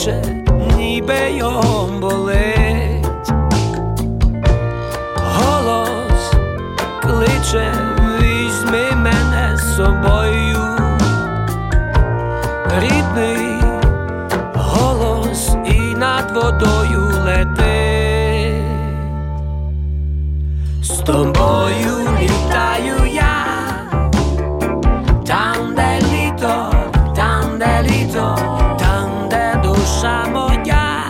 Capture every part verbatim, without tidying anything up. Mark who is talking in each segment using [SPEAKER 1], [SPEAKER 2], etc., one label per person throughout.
[SPEAKER 1] плаче, ніби його болить. Голос кличе, візьми мене з собою. Рідний голос і над водою летить. З тобою літаю я, там, де літо, там, де літо, там, де душа моя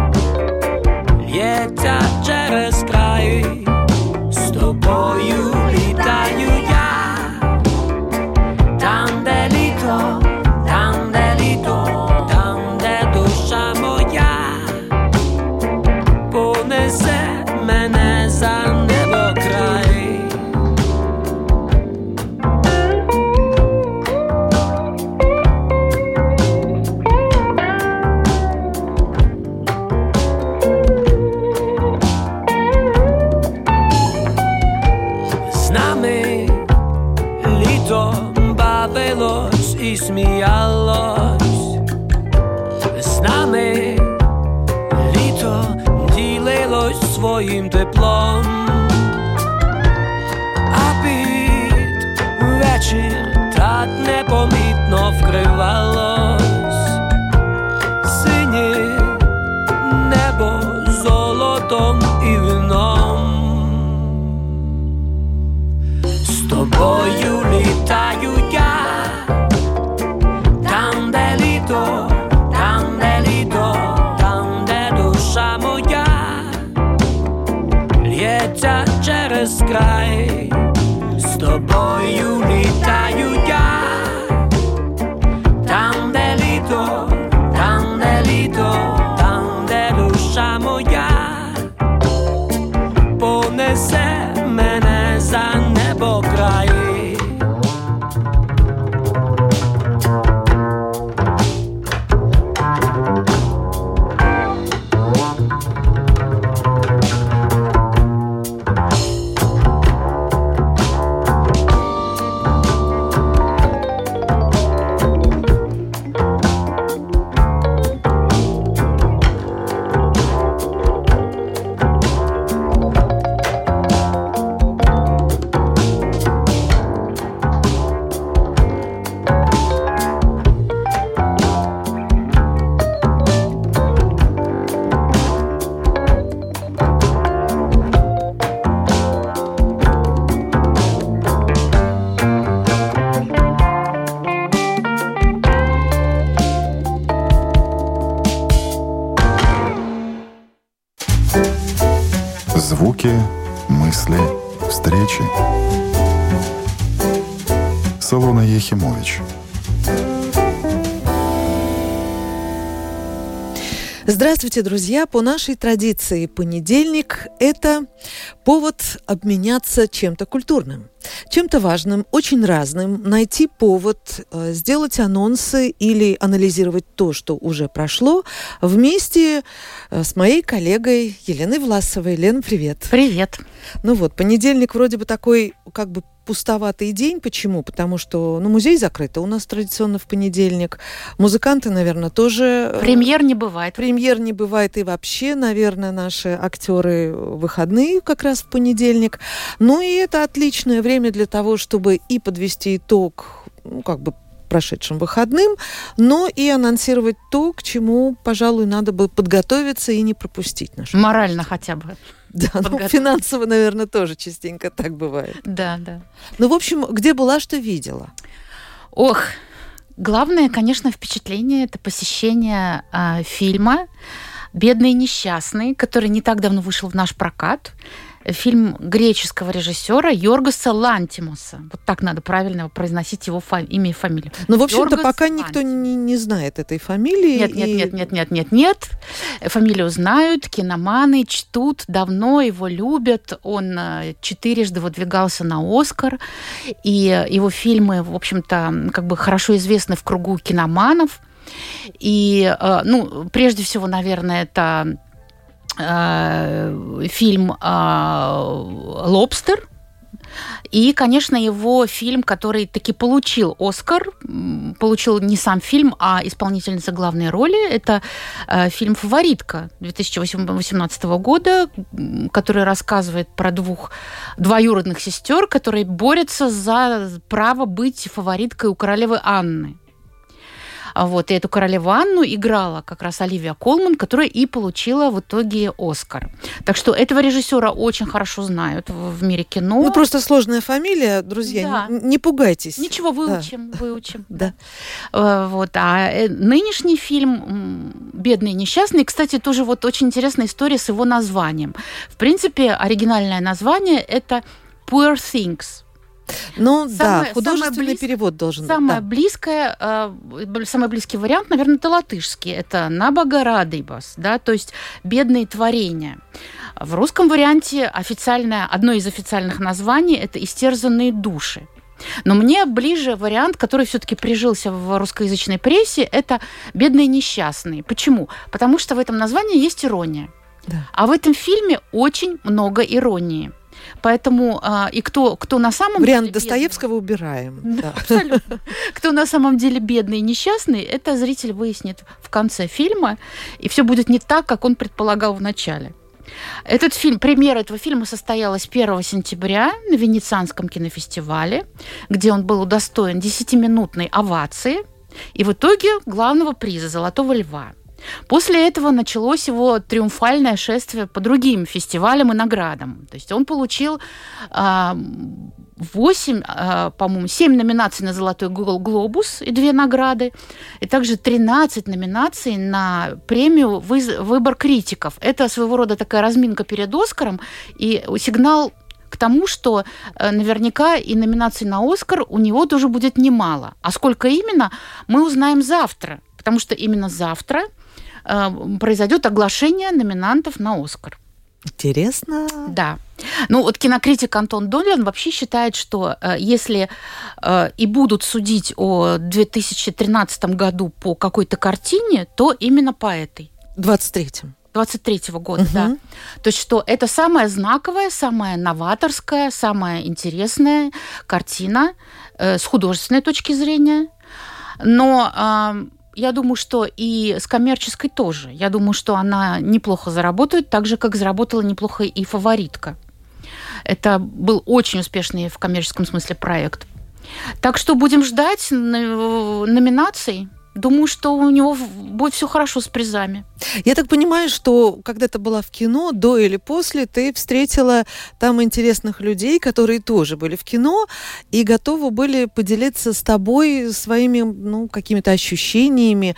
[SPEAKER 1] лється через край. З тобою літаю я, там, де літо, там, де літо, там, де душа моя понесе мене за небо край. Бавилось і сміялось, з нами літо ділилось своїм теплом, а під вечір так непомітно вкривалось синє небо золотом і вином. З тобою літаю я, там, де літо, там, де літо, там, де душа моя лється через край. З тобою літаю я, там, де літо, там, де літо, там, де душа моя понесе мене за небо край.
[SPEAKER 2] Звуки, мысли, встречи. Солона Ехимович.
[SPEAKER 3] Здравствуйте, друзья! По нашей традиции понедельник – это повод обменяться чем-то культурным, чем-то важным, очень разным, найти повод, сделать анонсы или анализировать то, что уже прошло, вместе с моей коллегой Еленой Власовой. Лен, привет!
[SPEAKER 4] Привет!
[SPEAKER 3] Ну вот, понедельник вроде бы такой, как бы, пустоватый день. Почему? Потому что, ну, музей закрыт, у нас традиционно в понедельник. Музыканты, наверное, тоже...
[SPEAKER 4] Премьер не бывает.
[SPEAKER 3] Премьер не бывает. И вообще, наверное, наши актеры выходные как раз в понедельник. Ну, и это отличное время для того, чтобы и подвести итог, ну, как бы, прошедшим выходным, но и анонсировать то, к чему, пожалуй, надо бы подготовиться и не пропустить. Нашу
[SPEAKER 4] Морально хотя бы.
[SPEAKER 3] Да, ну, финансово, наверное, тоже частенько так бывает.
[SPEAKER 4] Да, да.
[SPEAKER 3] Ну, в общем, где была, что видела?
[SPEAKER 4] Ох, главное, конечно, впечатление – это посещение э, фильма «Бедный и несчастный», который не так давно вышел в наш прокат. Фильм греческого режиссера Йоргоса Лантимоса. Вот так надо правильно произносить его фа- имя и фамилию.
[SPEAKER 3] Ну, в общем-то,
[SPEAKER 4] Йоргос
[SPEAKER 3] пока никто не, не знает этой фамилии.
[SPEAKER 4] Нет, нет, и... нет, нет, нет, нет, нет. Фамилию знают, киноманы чтут, давно его любят. Он четырежды выдвигался на Оскар. И его фильмы, в общем-то, как бы хорошо известны в кругу киноманов. И, ну, прежде всего, наверное, это фильм «Лобстер». И, конечно, его фильм, который таки получил «Оскар», получил не сам фильм, а исполнительница главной роли, это э, фильм «Фаворитка» две тысячи восемнадцатого года, который рассказывает про двух двоюродных сестер, которые борются за право быть фавориткой у королевы Анны. Вот, и эту королеву Анну играла как раз Оливия Колман, которая и получила в итоге «Оскар». Так что этого режиссера очень хорошо знают в, в мире кино.
[SPEAKER 3] Ну, просто сложная фамилия, друзья, да. не, не пугайтесь.
[SPEAKER 4] Ничего, выучим, да. выучим.
[SPEAKER 3] Да.
[SPEAKER 4] Вот. А нынешний фильм «Бедный и несчастный», кстати, тоже вот очень интересная история с его названием. В принципе, оригинальное название – это «Poor Things».
[SPEAKER 3] Ну самое, да, художественный
[SPEAKER 4] самое близ...
[SPEAKER 3] перевод должен
[SPEAKER 4] самое
[SPEAKER 3] быть. Да.
[SPEAKER 4] Близкое, э, самый близкий вариант, наверное, это латышский. Это «Набага радибас», да, то есть «бедные творения». В русском варианте официальное, одно из официальных названий – это «Истерзанные души». Но мне ближе вариант, который все-таки прижился в русскоязычной прессе, это «Бедные несчастные». Почему? Потому что в этом названии есть ирония. Да. А в этом фильме очень много иронии. Поэтому э, и кто, кто на самом
[SPEAKER 3] Вариант
[SPEAKER 4] деле...
[SPEAKER 3] Достоевского бедный, убираем.
[SPEAKER 4] Да, абсолютно. Кто на самом деле бедный и несчастный, это зритель выяснит в конце фильма, и все будет не так, как он предполагал в начале. Этот фильм, премьера этого фильма состоялась первого сентября на Венецианском кинофестивале, где он был удостоен десятиминутной овации и в итоге главного приза «Золотого льва». После этого началось его триумфальное шествие по другим фестивалям и наградам. То есть он получил восемь, по-моему, семь номинаций на «Золотой глобус» и две награды, и также тринадцать номинаций на премию «Выбор критиков». Это своего рода такая разминка перед «Оскаром» и сигнал к тому, что наверняка и номинаций на «Оскар» у него тоже будет немало. А сколько именно, мы узнаем завтра, потому что именно завтра произойдет оглашение номинантов на «Оскар».
[SPEAKER 3] Интересно.
[SPEAKER 4] Да. Ну, вот кинокритик Антон Долин вообще считает, что э, если э, и будут судить о две тысячи тринадцатом году по какой-то картине, то именно по этой.
[SPEAKER 3] двадцать третьем.
[SPEAKER 4] двадцать третьего года, угу. Да. То есть, что это самая знаковая, самая новаторская, самая интересная картина э, с художественной точки зрения. Но... Э, Я думаю, что и с коммерческой тоже. Я думаю, что она неплохо заработает, так же, как заработала неплохо и «Фаворитка». Это был очень успешный в коммерческом смысле проект. Так что будем ждать номинаций. Думаю, что у него будет все хорошо с призами.
[SPEAKER 3] Я так понимаю, что когда ты была в кино, до или после, ты встретила там интересных людей, которые тоже были в кино и готовы были поделиться с тобой своими, ну, какими-то ощущениями.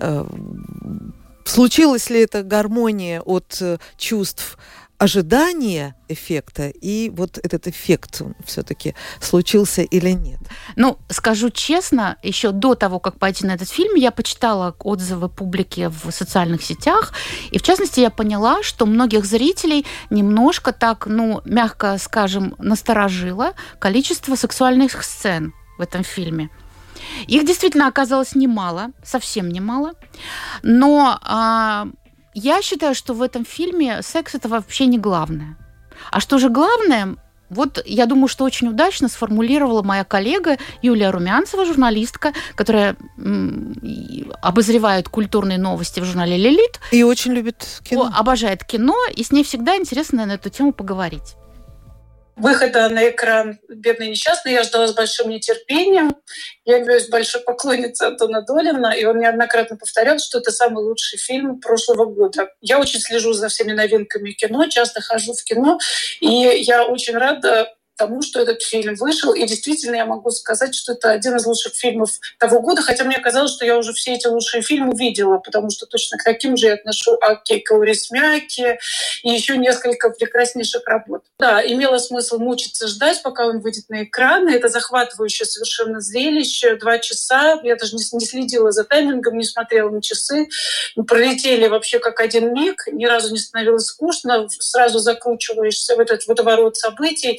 [SPEAKER 3] Случилась ли это гармония от чувств ожидания эффекта, и вот этот эффект все-таки случился или нет?
[SPEAKER 4] Ну, скажу честно, еще до того, как пойти на этот фильм, я почитала отзывы публики в социальных сетях, и в частности я поняла, что многих зрителей немножко так, ну, мягко скажем, насторожило количество сексуальных сцен в этом фильме. Их действительно оказалось немало, совсем немало, но... А, я считаю, что в этом фильме секс – это вообще не главное. А что же главное? Вот я думаю, что очень удачно сформулировала моя коллега Юлия Румянцева, журналистка, которая м, обозревает культурные новости в журнале «Лилит».
[SPEAKER 3] И очень любит кино.
[SPEAKER 4] Обожает кино, и с ней всегда интересно на эту тему поговорить.
[SPEAKER 5] Выхода на экран «Бедный и несчастный» я ждала с большим нетерпением. Я являюсь большой поклонницей Антона Долина, и он неоднократно повторял, что это самый лучший фильм прошлого года. Я очень слежу за всеми новинками кино, часто хожу в кино, и я очень рада тому, что этот фильм вышел. И действительно я могу сказать, что это один из лучших фильмов того года, хотя мне казалось, что я уже все эти лучшие фильмы видела, потому что точно к таким же я отношу «Аки Каурисмяки» и еще несколько прекраснейших работ. Да, имело смысл мучиться ждать, пока он выйдет на экраны. Это захватывающее совершенно зрелище. Два часа. Я даже не следила за таймингом, не смотрела на часы. Пролетели вообще как один миг. Ни разу не становилось скучно. Сразу закручиваешься в этот водоворот событий.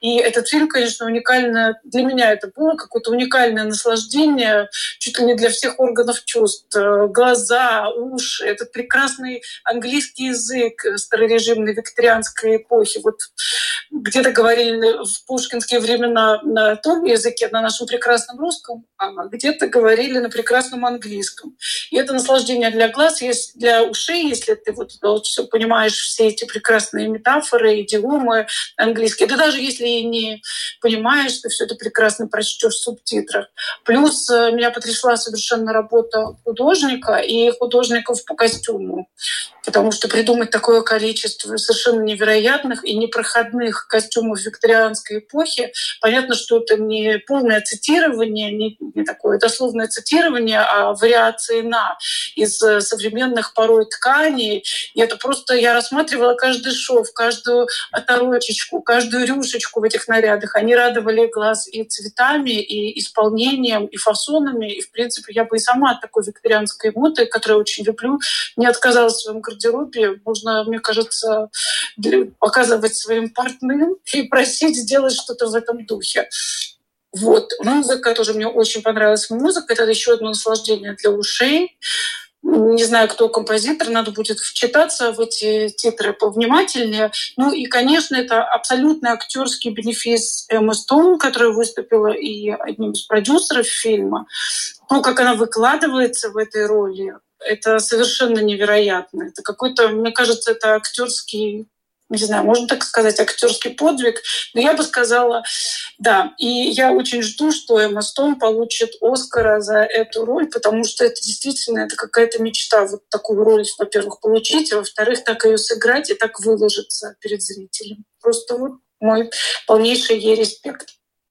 [SPEAKER 5] И этот фильм, конечно, уникально для меня это было какое-то уникальное наслаждение чуть ли не для всех органов чувств. Глаза, уши, этот прекрасный английский язык старорежимной викторианской эпохи. Вот где-то говорили в пушкинские времена на том языке, на нашем прекрасном русском, а где-то говорили на прекрасном английском. И это наслаждение для глаз, есть для ушей, если ты вот, вот все понимаешь, все эти прекрасные метафоры, идиомы английские. Да даже если и не понимаешь, ты все это прекрасно прочтешь в субтитрах. Плюс меня потрясла совершенно работа художника и художников по костюму. Потому что придумать такое количество совершенно невероятных и непроходных костюмов викторианской эпохи, понятно, что это не полное цитирование, не, не такое дословное цитирование, а вариации на из современных порой тканей. И это просто я рассматривала каждый шов, каждую оторочечку, каждую рюшечку в этих нарядах. Они радовали глаз и цветами, и исполнением, и фасонами. И, в принципе, я бы и сама от такой викторианской моды, которую я очень люблю, не отказалась в своем гардеробе. Можно, мне кажется, показывать своим портным и просить сделать что-то в этом духе. Вот. Музыка тоже мне очень понравилась. Музыка — это еще одно наслаждение для ушей. Не знаю, кто композитор, надо будет вчитаться в эти титры повнимательнее. Ну и, конечно, это абсолютно актерский бенефис Эммы Стоун, которая выступила и одним из продюсеров фильма. То, как она выкладывается в этой роли, это совершенно невероятно. Это какой-то, мне кажется, это актерский, не знаю, можно так сказать, актерский подвиг. Но я бы сказала, да. И я очень жду, что Эмма Стоун получит Оскара за эту роль, потому что это действительно это какая-то мечта вот такую роль, во-первых, получить, а во-вторых, так ее сыграть и так выложиться перед зрителем. Просто вот мой полнейший ей респект.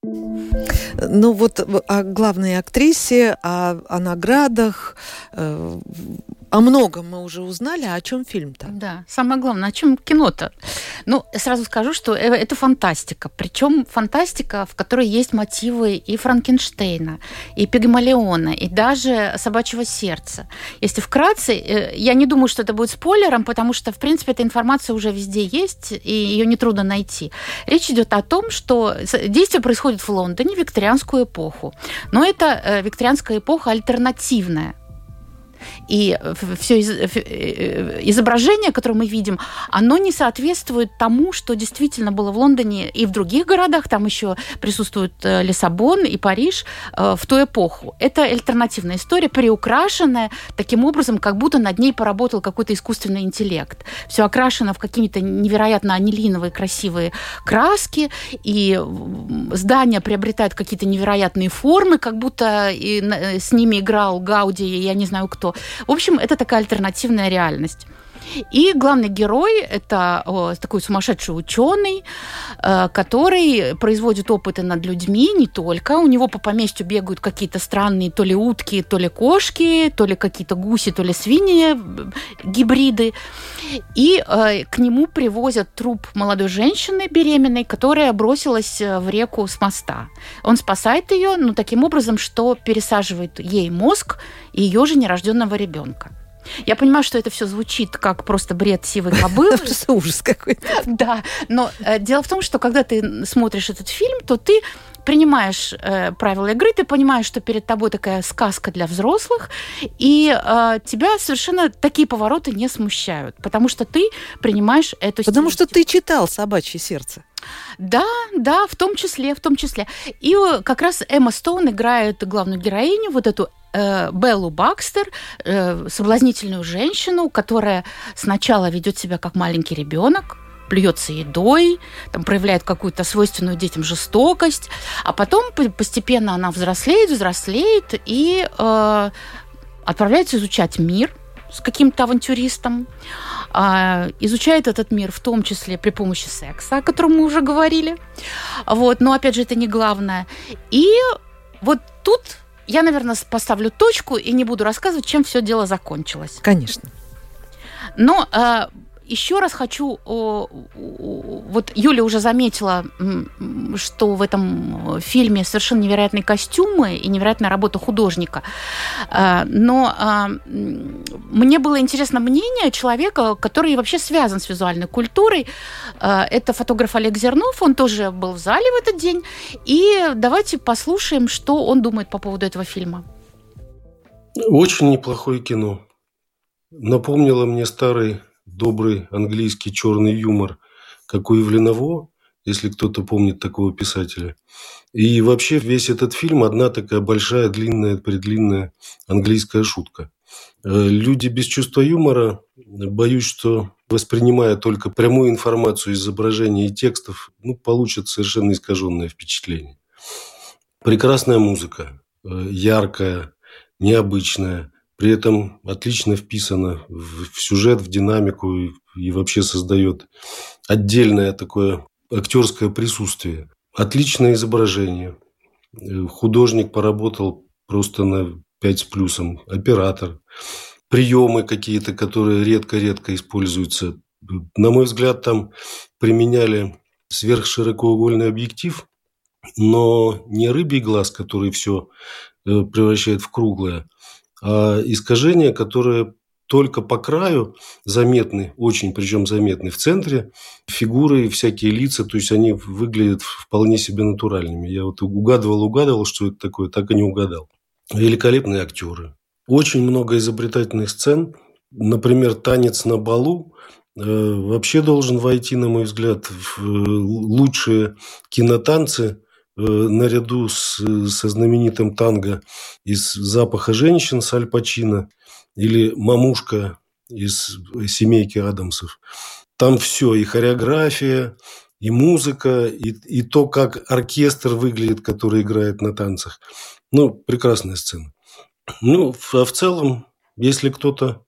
[SPEAKER 3] Ну вот о главной актрисе, о, о наградах, э, о многом мы уже узнали. А о чем фильм-то?
[SPEAKER 4] Да, самое главное, о чем кино-то? Ну, сразу скажу, что это фантастика. Причем фантастика, в которой есть мотивы и Франкенштейна, и Пигмалиона, и даже «Собачьего сердца». Если вкратце, я не думаю, что это будет спойлером, потому что, в принципе, эта информация уже везде есть, и ее нетрудно найти. Речь идет о том, что действие происходит в Лондоне в викторианскую эпоху. Но это викторианская эпоха альтернативная. И все изображение, которое мы видим, оно не соответствует тому, что действительно было в Лондоне и в других городах. Там еще присутствуют Лиссабон и Париж в ту эпоху. Это альтернативная история, приукрашенная таким образом, как будто над ней поработал какой-то искусственный интеллект. Все окрашено в какие-то невероятно анилиновые красивые краски, и здания приобретают какие-то невероятные формы, как будто и с ними играл Гауди, я не знаю кто. В общем, это такая альтернативная реальность. И главный герой – это о, такой сумасшедший ученый, э, который производит опыты над людьми, не только. У него по поместью бегают какие-то странные то ли утки, то ли кошки, то ли какие-то гуси, то ли свиньи, гибриды. И э, к нему привозят труп молодой женщины беременной, которая бросилась в реку с моста. Он спасает ее, ну, таким образом, что пересаживает ей мозг и ее же нерожденного ребенка. Я понимаю, что это все звучит как просто бред сивой кобылы.
[SPEAKER 3] Просто ужас какой-то.
[SPEAKER 4] Да, но э, дело в том, что когда ты смотришь этот фильм, то ты принимаешь э, правила игры, ты понимаешь, что перед тобой такая сказка для взрослых, и э, тебя совершенно такие повороты не смущают, потому что ты принимаешь эту стилистику.
[SPEAKER 3] Потому что ты читал «Собачье сердце».
[SPEAKER 4] Да, да, в том числе, в том числе. И как раз Эмма Стоун играет главную героиню, вот эту э, Беллу Бакстер, э, соблазнительную женщину, которая сначала ведет себя как маленький ребенок, плюется едой, там, проявляет какую-то свойственную детям жестокость, а потом постепенно она взрослеет, взрослеет и э, отправляется изучать мир с каким-то авантюристом, э, изучает этот мир в том числе при помощи секса, о котором мы уже говорили. Вот. Но, опять же, это не главное. И вот тут я, наверное, поставлю точку и не буду рассказывать, чем все дело закончилось.
[SPEAKER 3] Конечно.
[SPEAKER 4] Но э, еще раз хочу... Вот Юля уже заметила, что в этом фильме совершенно невероятные костюмы и невероятная работа художника. Но мне было интересно мнение человека, который вообще связан с визуальной культурой. Это фотограф Олег Зернов, он тоже был в зале в этот день. И давайте послушаем, что он думает по поводу этого фильма.
[SPEAKER 6] Очень неплохое кино. Напомнило мне старый добрый английский черный юмор, как у Ивленова, если кто-то помнит такого писателя. И вообще весь этот фильм одна такая большая, длинная, предлинная английская шутка. Люди без чувства юмора, боюсь, что, воспринимая только прямую информацию, изображений и текстов, ну, получат совершенно искаженное впечатление. Прекрасная музыка, яркая, необычная, при этом отлично вписана в сюжет, в динамику и, и вообще создает отдельное такое актерское присутствие. Отличное изображение. Художник поработал просто на пять с плюсом. Оператор. Приемы какие-то, которые редко-редко используются. На мой взгляд, там применяли сверхширокоугольный объектив, но не рыбий глаз, который все превращает в круглое, а искажения, которые только по краю заметны, очень причем заметны в центре, фигуры, всякие лица, то есть они выглядят вполне себе натуральными. Я вот угадывал, угадывал, что это такое, так и не угадал. Великолепные актеры. Очень много изобретательных сцен. Например, танец на балу э, вообще должен войти, на мой взгляд, в лучшие кинотанцы, наряду с, со знаменитым танго из «Запаха женщин» с Аль Пачино или «Мамушка» из «Семейки Адамсов». Там все, и хореография, и музыка, и, и то, как оркестр выглядит, который играет на танцах. Ну, прекрасная сцена. Ну, а в целом, если кто-то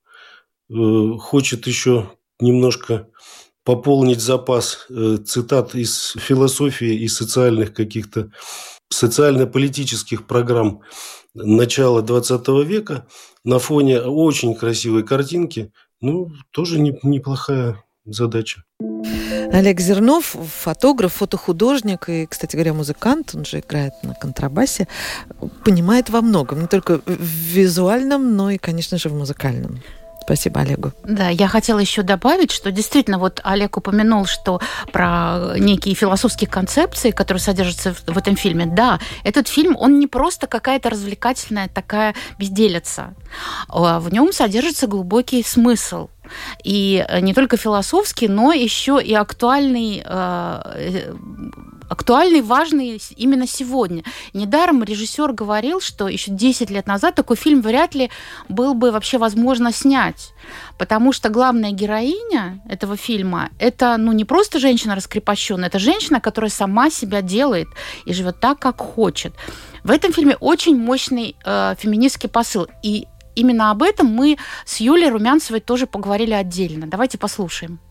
[SPEAKER 6] э, хочет еще немножко пополнить запас э, цитат из философии и социальных каких-то социально-политических программ начала двадцатого века на фоне очень красивой картинки, ну, тоже не, неплохая задача.
[SPEAKER 3] Олег Зернов, фотограф, фотохудожник и, кстати говоря, музыкант, он же играет на контрабасе, понимает во многом, не только в визуальном, но и, конечно же, в музыкальном. Спасибо Олегу.
[SPEAKER 4] Да, я хотела еще добавить, что действительно вот Олег упомянул, что про некие философские концепции, которые содержатся в, в этом фильме. Да, этот фильм, он не просто какая-то развлекательная такая безделица. В нем содержится глубокий смысл. И не только философский, но еще и актуальный, э, актуальный, важный именно сегодня. Недаром режиссер говорил, что еще десять лет назад такой фильм вряд ли был бы вообще возможно снять. Потому что главная героиня этого фильма – это ну, не просто женщина раскрепощенная, это женщина, которая сама себя делает и живет так, как хочет. В этом фильме очень мощный э, феминистский посыл. И именно об этом мы с Юлией Румянцевой тоже поговорили отдельно. Давайте послушаем.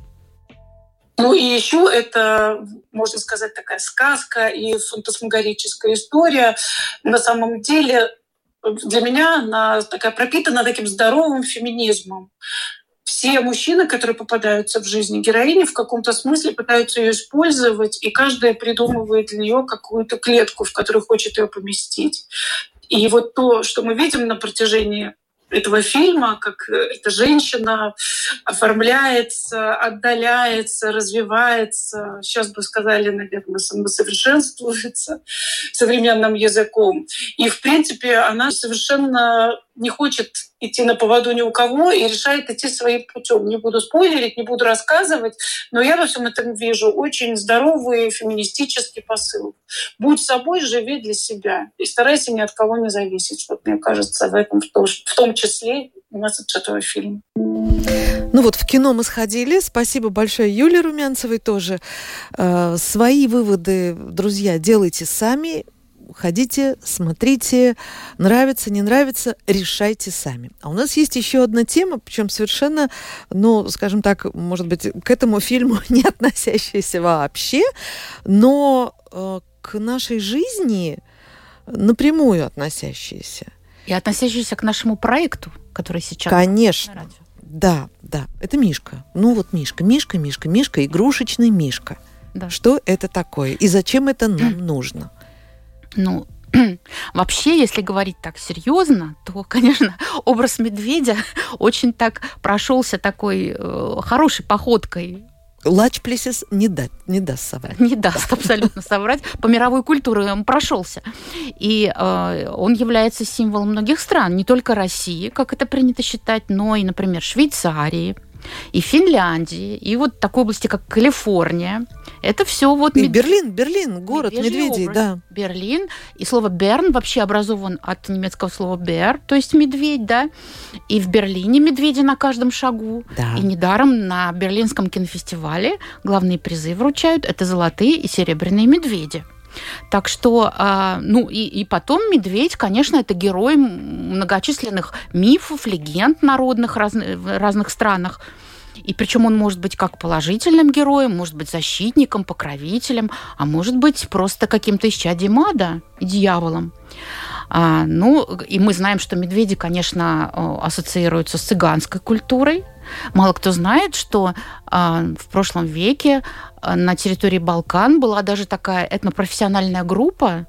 [SPEAKER 5] Ну и еще это, можно сказать, такая сказка и фантасмагорическая история. На самом деле для меня она такая пропитана таким здоровым феминизмом. Все мужчины, которые попадаются в жизни героини, в каком-то смысле пытаются ее использовать, и каждый придумывает для нее какую-то клетку, в которую хочет ее поместить. И вот то, что мы видим на протяжении этого фильма, как эта женщина оформляется, отдаляется, развивается, сейчас бы сказали, наверное, самосовершенствуется современным языком. И, в принципе, она совершенно не хочет идти на поводу ни у кого и решает идти своим путем. Не буду спойлерить, не буду рассказывать, но я во всем этом вижу очень здоровый феминистический посыл. Будь собой, живи для себя и старайся ни от кого не зависеть. Вот мне кажется, в этом в том числе у нас от этого фильма.
[SPEAKER 3] Ну вот в кино мы сходили. Спасибо большое Юлии Румянцевой тоже. Э, свои выводы, друзья, делайте сами. Ходите, смотрите, нравится, не нравится, решайте сами. А у нас есть еще одна тема, причем совершенно, ну, скажем так, может быть, к этому фильму не относящаяся вообще, но э, к нашей жизни напрямую относящаяся.
[SPEAKER 4] И относящаяся к нашему проекту, который сейчас...
[SPEAKER 3] Конечно. Да, да, это мишка. Ну вот мишка, мишка, мишка, мишка, игрушечный мишка. Да. Что это такое и зачем это нам нужно?
[SPEAKER 4] Ну, вообще, если говорить так серьезно, то, конечно, образ медведя очень так прошелся такой э, хорошей походкой.
[SPEAKER 3] Лач Плесис не, да, не даст соврать.
[SPEAKER 4] Не даст абсолютно соврать. По мировой культуре он прошелся. И э, он является символом многих стран, не только России, как это принято считать, но и, например, Швейцарии, и Финляндии, и вот такой области, как Калифорния. Это все вот...
[SPEAKER 3] И мед... Берлин, Берлин, город медведей,
[SPEAKER 4] образ.
[SPEAKER 3] Да.
[SPEAKER 4] Берлин. И слово «берн» вообще образован от немецкого слова «бер», то есть медведь, да. И в Берлине медведи на каждом шагу.
[SPEAKER 3] Да.
[SPEAKER 4] И недаром на Берлинском кинофестивале главные призы вручают. Это золотые и серебряные медведи. Так что, ну и, и потом медведь, конечно, это герой многочисленных мифов, легенд народных раз, в разных странах. И причем он может быть как положительным героем, может быть защитником, покровителем, а может быть просто каким-то исчадием ада, дьяволом. А, ну, и мы знаем, что медведи, конечно, ассоциируются с цыганской культурой. Мало кто знает, что а, в прошлом веке а, на территории Балкан была даже такая этнопрофессиональная группа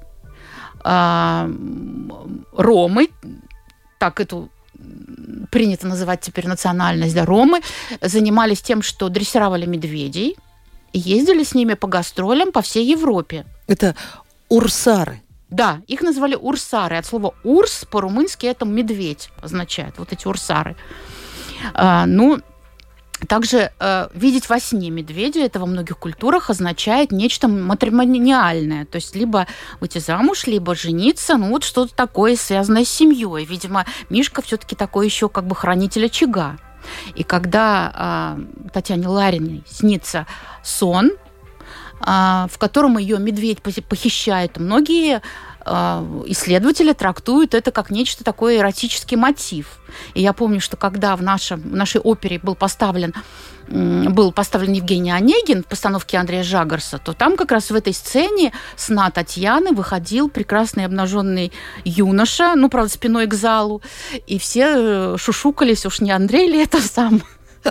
[SPEAKER 4] а, ромы, так эту принято называть теперь национальность, да, ромы, занимались тем, что дрессировали медведей и ездили с ними по гастролям по всей Европе.
[SPEAKER 3] Это урсары.
[SPEAKER 4] Да, их назвали урсары. От слова «урс» по-румынски это «медведь» означает, вот эти урсары. А, ну, также а, видеть во сне медведя, это во многих культурах означает нечто матримониальное, то есть либо выйти замуж, либо жениться, ну вот что-то такое, связанное с семьей. Видимо, Мишка все-таки такой еще как бы хранитель очага. И когда а, Татьяне Лариной снится сон, в котором ее медведь похищает. Многие исследователи трактуют это как нечто такое эротический мотив. И я помню, что когда в, нашем, в нашей опере был поставлен, был поставлен Евгений Онегин в постановке Андрея Жагарса, то там как раз в этой сцене сна Татьяны выходил прекрасный обнаженный юноша, ну, правда, спиной к залу, и все шушукались, уж не Андрей ли это сам?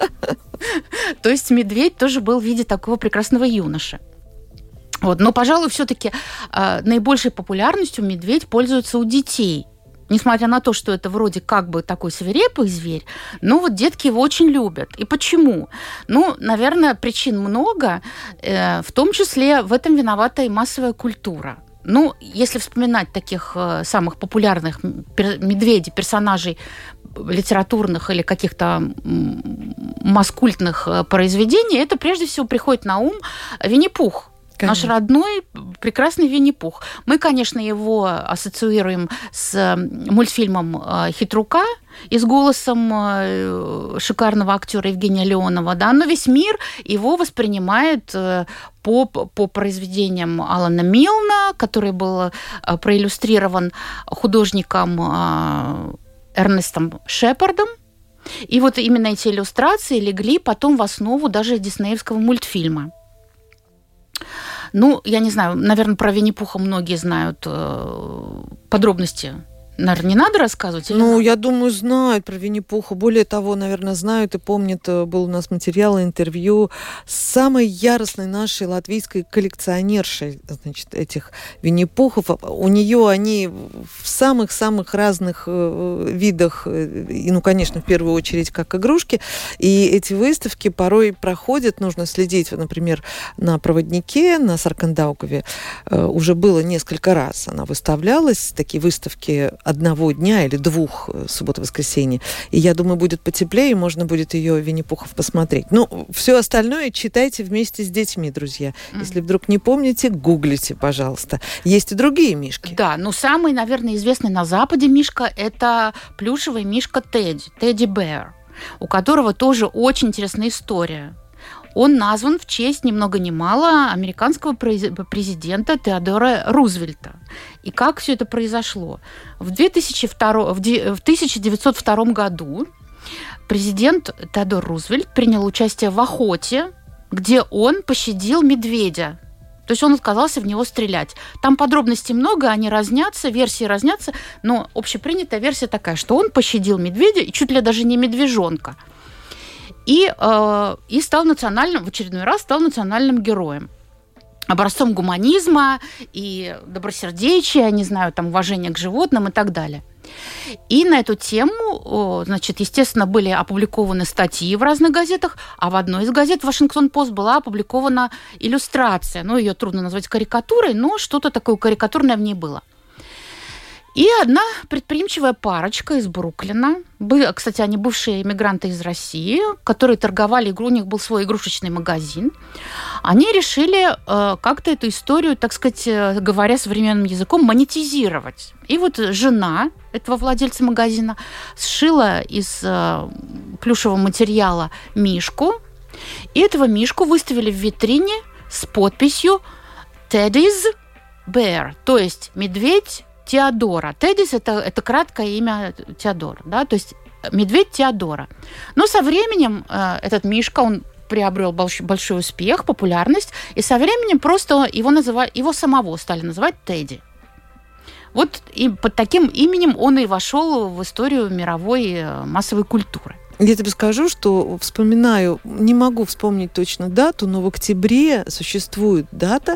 [SPEAKER 4] То есть медведь тоже был в виде такого прекрасного юноши. Вот. Но, пожалуй, все-таки э, наибольшей популярностью медведь пользуется у детей. Несмотря на то, что это вроде как бы такой свирепый зверь, но вот детки его очень любят. И почему? Ну, наверное, причин много, э, в том числе в этом виновата и массовая культура. Ну, если вспоминать таких э, самых популярных пер- медведей, персонажей литературных или каких-то маскультных произведений, это прежде всего приходит на ум Винни-Пух. Конечно. Наш родной прекрасный Винни-Пух. Мы, конечно, его ассоциируем с мультфильмом «Хитрука» и с голосом шикарного актера Евгения Леонова, да, но весь мир его воспринимает по, по произведениям Алана Милна, который был проиллюстрирован художником Эрнестом Шепардом. И вот именно эти иллюстрации легли потом в основу даже диснеевского мультфильма. Ну, я не знаю, наверное, про Винни-Пуха многие знают э, подробности. Наверное, не надо рассказывать?
[SPEAKER 3] Ну, я думаю, знают про Винни-Пуха. Более того, наверное, знают и помнят, был у нас материал, интервью с самой яростной нашей латвийской коллекционершей, значит, этих Винни-Пухов. У нее они в самых-самых разных видах, и, ну, конечно, в первую очередь, как игрушки. И эти выставки порой проходят, нужно следить, например, на Проводнике, на Саркандаукове. Уже было несколько раз она выставлялась, такие выставки одного дня или двух, суббота-воскресенье. И я думаю, будет потеплее, и можно будет ее Винни-Пухов посмотреть. Ну, все остальное читайте вместе с детьми, друзья. Mm. Если вдруг не помните, гуглите, пожалуйста. Есть и другие мишки.
[SPEAKER 4] Да, но самый, наверное, известный на Западе мишка – это плюшевый мишка Тедди, Тедди Бэр, у которого тоже очень интересная история. Он назван в честь ни много ни мало американского президента Теодора Рузвельта. И как все это произошло? В, две тысячи втором, в тысяча девятьсот втором году президент Теодор Рузвельт принял участие в охоте, где он пощадил медведя. То есть он отказался в него стрелять. Там подробностей много, они разнятся, версии разнятся, но общепринятая версия такая, что он пощадил медведя, и чуть ли даже не медвежонка. И, э, и стал национальным, в очередной раз стал национальным героем. Образцом гуманизма и добросердечия, не знаю, там, уважения к животным и так далее. И на эту тему, значит, естественно, были опубликованы статьи в разных газетах, а в одной из газет «Вашингтон-Пост» была опубликована иллюстрация. Ну, ее трудно назвать карикатурой, но что-то такое карикатурное в ней было. И одна предприимчивая парочка из Бруклина, кстати, они бывшие эмигранты из России, которые торговали, у них был свой игрушечный магазин, они решили э, как-то эту историю, так сказать, говоря современным языком, монетизировать. И вот жена этого владельца магазина сшила из э, плюшевого материала мишку, и этого мишку выставили в витрине с подписью «Teddy's Bear», то есть «Медведь Теодора». Теддис это, – это краткое имя Теодора, да, то есть медведь Теодора. Но со временем э, этот мишка, он приобрел большой, большой успех, популярность, и со временем просто его, называли, его самого стали называть Тедди. Вот и под таким именем он и вошел в историю мировой массовой культуры.
[SPEAKER 3] Я тебе скажу, что вспоминаю, не могу вспомнить точно дату, но в октябре существует дата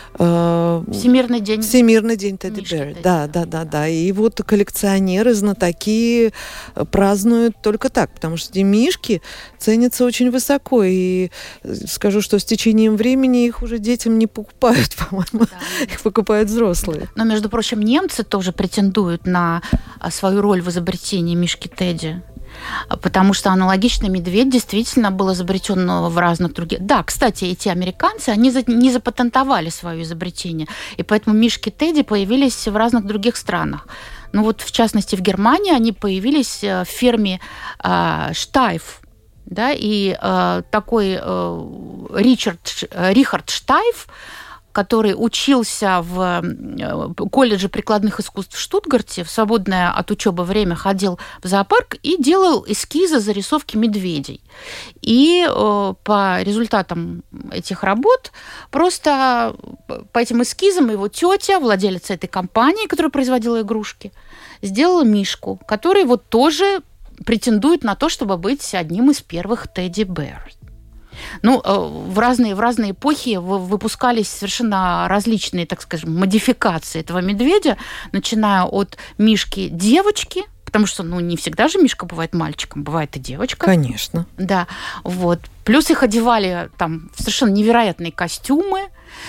[SPEAKER 3] э,
[SPEAKER 4] Всемирный день.
[SPEAKER 3] Всемирный день Тедди Бэра. Да, да, да, да. И вот коллекционеры, знатоки празднуют только так, потому что эти мишки ценятся очень высоко. И скажу, что с течением времени их уже детям не покупают, по-моему. Да. Их покупают взрослые.
[SPEAKER 4] Но, между прочим, немцы тоже претендуют на свою роль в изобретении мишки Тедди. Потому что аналогичный медведь действительно был изобретен в разных других... Да, кстати, эти американцы, они не запатентовали свое изобретение, и поэтому мишки Тедди появились в разных других странах. Ну вот, в частности, в Германии они появились в фирме э, Штайф, да, и э, такой э, Ричард, Рихард Штайф, который учился в колледже прикладных искусств в Штутгарте, в свободное от учебы время ходил в зоопарк и делал эскизы, зарисовки медведей. И э, по результатам этих работ просто по этим эскизам его тетя, владелица этой компании, которая производила игрушки, сделала мишку, который вот тоже претендует на то, чтобы быть одним из первых Тедди Бэр. Ну, в разные, в разные эпохи выпускались совершенно различные, так скажем, модификации этого медведя, начиная от мишки-девочки, потому что, ну, не всегда же мишка бывает мальчиком, бывает и девочка.
[SPEAKER 3] Конечно.
[SPEAKER 4] Да, вот. Плюс их одевали там в совершенно невероятные костюмы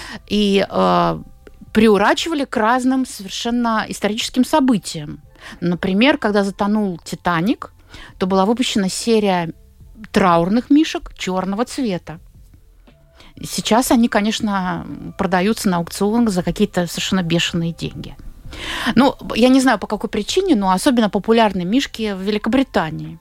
[SPEAKER 4] и э, приурачивали к разным совершенно историческим событиям. Например, когда затонул «Титаник», то была выпущена серия траурных мишек черного цвета. Сейчас они, конечно, продаются на аукционах за какие-то совершенно бешеные деньги. Ну, я не знаю, по какой причине, но особенно популярны мишки в Великобритании.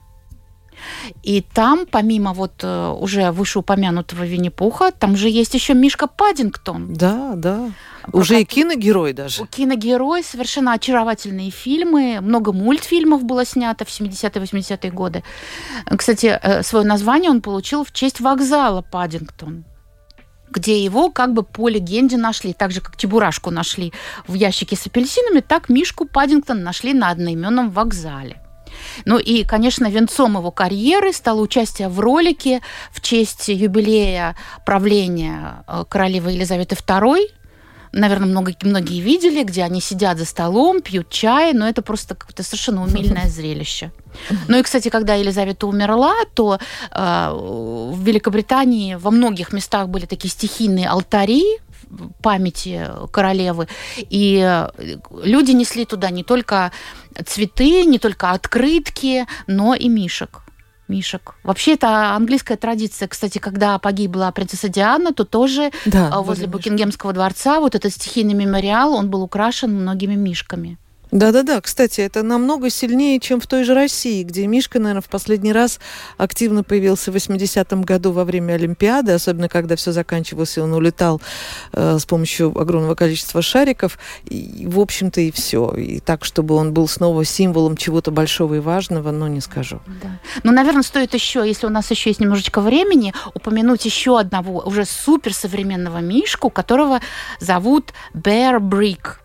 [SPEAKER 4] И там, помимо вот уже вышеупомянутого Винни-Пуха, там же есть еще мишка Паддингтон.
[SPEAKER 3] Да, да. Уже как... и киногерой даже.
[SPEAKER 4] Киногерой, совершенно очаровательные фильмы. Много мультфильмов было снято в семидесятые, восьмидесятые годы. Кстати, свое название он получил в честь вокзала Паддингтон, где его как бы по легенде нашли. Так же, как Чебурашку нашли в ящике с апельсинами, так мишку Паддингтон нашли на одноименном вокзале. Ну и, конечно, венцом его карьеры стало участие в ролике в честь юбилея правления королевы Елизаветы второй. Наверное, много, многие видели, где они сидят за столом, пьют чай, но это просто какое-то совершенно умильное зрелище. Ну и, кстати, когда Елизавета умерла, то э, в Великобритании во многих местах были такие стихийные алтари памяти королевы, и люди несли туда не только цветы, не только открытки, но и мишек. Мишек. Вообще, это английская традиция. Кстати, когда погибла принцесса Диана, то тоже да, возле Букингемского дворца вот этот стихийный мемориал, он был украшен многими мишками.
[SPEAKER 3] Да-да-да, кстати, это намного сильнее, чем в той же России, где мишка, наверное, в последний раз активно появился в восьмидесятом году во время Олимпиады, особенно когда все заканчивалось, и он улетал э, с помощью огромного количества шариков, и, в общем-то, и все. И так, чтобы он был снова символом чего-то большого и важного, но не скажу.
[SPEAKER 4] Да. Ну, наверное, стоит еще, если у нас еще есть немножечко времени, упомянуть еще одного уже суперсовременного мишку, которого зовут Bear Brick.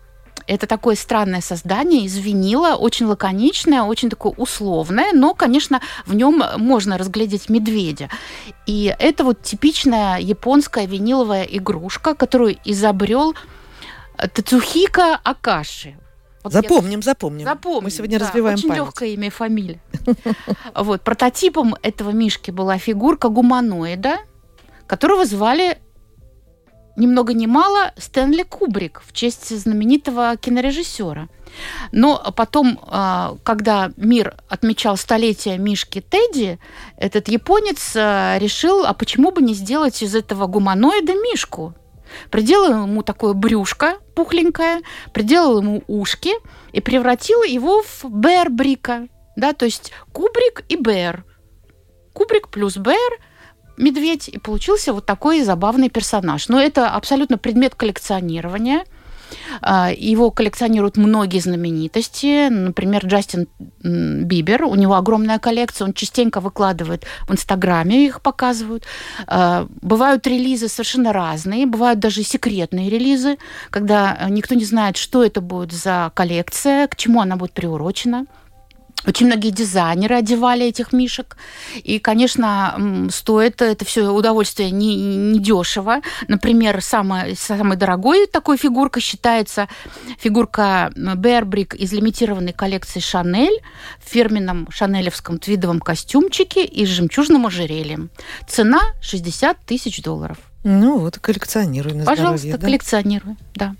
[SPEAKER 4] Это такое странное создание из винила, очень лаконичное, очень такое условное, но, конечно, в нем можно разглядеть медведя. И это вот типичная японская виниловая игрушка, которую изобрел Тацухико Акаши. Вот
[SPEAKER 3] запомним, я... запомним.
[SPEAKER 4] Запомним.
[SPEAKER 3] Мы сегодня
[SPEAKER 4] да,
[SPEAKER 3] развиваем
[SPEAKER 4] очень
[SPEAKER 3] память.
[SPEAKER 4] Очень легкое имя и фамилия. Вот. Прототипом этого мишки была фигурка гуманоида, которого звали ни много ни мало Стэнли Кубрик в честь знаменитого кинорежиссера. Но потом, когда мир отмечал столетие мишки Тедди, этот японец решил, а почему бы не сделать из этого гуманоида мишку? Приделал ему такое брюшко пухленькое, приделал ему ушки и превратил его в Бэр-Брика. Да, то есть Кубрик и Бэр. Кубрик плюс Бэр, медведь, и получился вот такой забавный персонаж. Но это абсолютно предмет коллекционирования. Его коллекционируют многие знаменитости. Например, Джастин Бибер. У него огромная коллекция. Он частенько выкладывает в Инстаграме, их показывают. Бывают релизы совершенно разные. Бывают даже секретные релизы, когда никто не знает, что это будет за коллекция, к чему она будет приурочена. Очень многие дизайнеры одевали этих мишек. И, конечно, стоит это все удовольствие не, не дешево. Например, самой, самой дорогой такой фигуркой считается фигурка Бэр-Брик из лимитированной коллекции Шанель в фирменном шанелевском твидовом костюмчике и с жемчужным ожерельем. Цена шестьдесят тысяч долларов.
[SPEAKER 3] Ну вот, коллекционируй на
[SPEAKER 4] Пожалуйста,
[SPEAKER 3] здоровье. Да?
[SPEAKER 4] коллекционируй, да.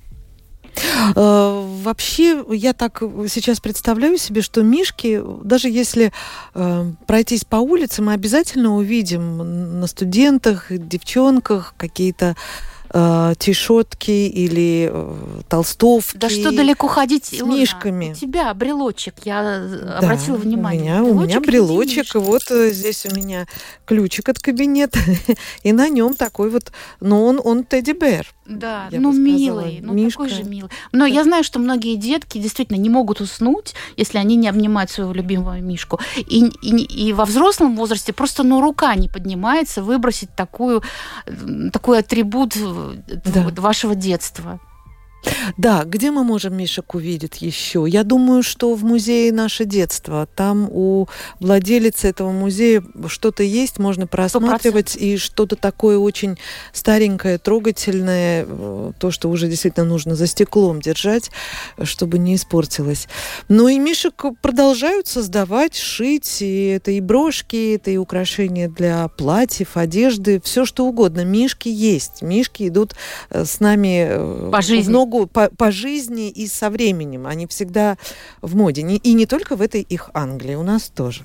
[SPEAKER 3] Вообще, я так сейчас представляю себе, что мишки, даже если э, пройтись по улице, мы обязательно увидим на студентах, девчонках какие-то э, тишотки или э, толстовки.
[SPEAKER 4] Да что далеко ходить,
[SPEAKER 3] с
[SPEAKER 4] Илона,
[SPEAKER 3] мишками.
[SPEAKER 4] У тебя брелочек, я
[SPEAKER 3] да,
[SPEAKER 4] обратила внимание.
[SPEAKER 3] У меня брелочек, у меня брелочек, и вот здесь у меня ключик от кабинета, и на нем такой вот, ну он, он тедди-бэр.
[SPEAKER 4] Да,
[SPEAKER 3] я
[SPEAKER 4] ну
[SPEAKER 3] бы сказала,
[SPEAKER 4] милый, ну
[SPEAKER 3] мишка.
[SPEAKER 4] такой же милый. Но я знаю, что многие детки действительно не могут уснуть, если они не обнимают своего любимого мишку. И, и, и во взрослом возрасте просто ну, рука не поднимается выбросить такую, такой атрибут да. вашего детства.
[SPEAKER 3] Да, где мы можем мишек увидеть еще? Я думаю, что в музее «Наше детство». Там у владелицы этого музея что-то есть, можно просматривать, сто процентов. И что-то такое очень старенькое, трогательное, то, что уже действительно нужно за стеклом держать, чтобы не испортилось. Но и мишек продолжают создавать, шить, и это и брошки, это и украшения для платьев, одежды, все что угодно. Мишки есть, мишки идут с нами
[SPEAKER 4] по жизни.
[SPEAKER 3] в ногу По, по жизни и со временем. Они всегда в моде. И не только в этой их Англии, у нас тоже.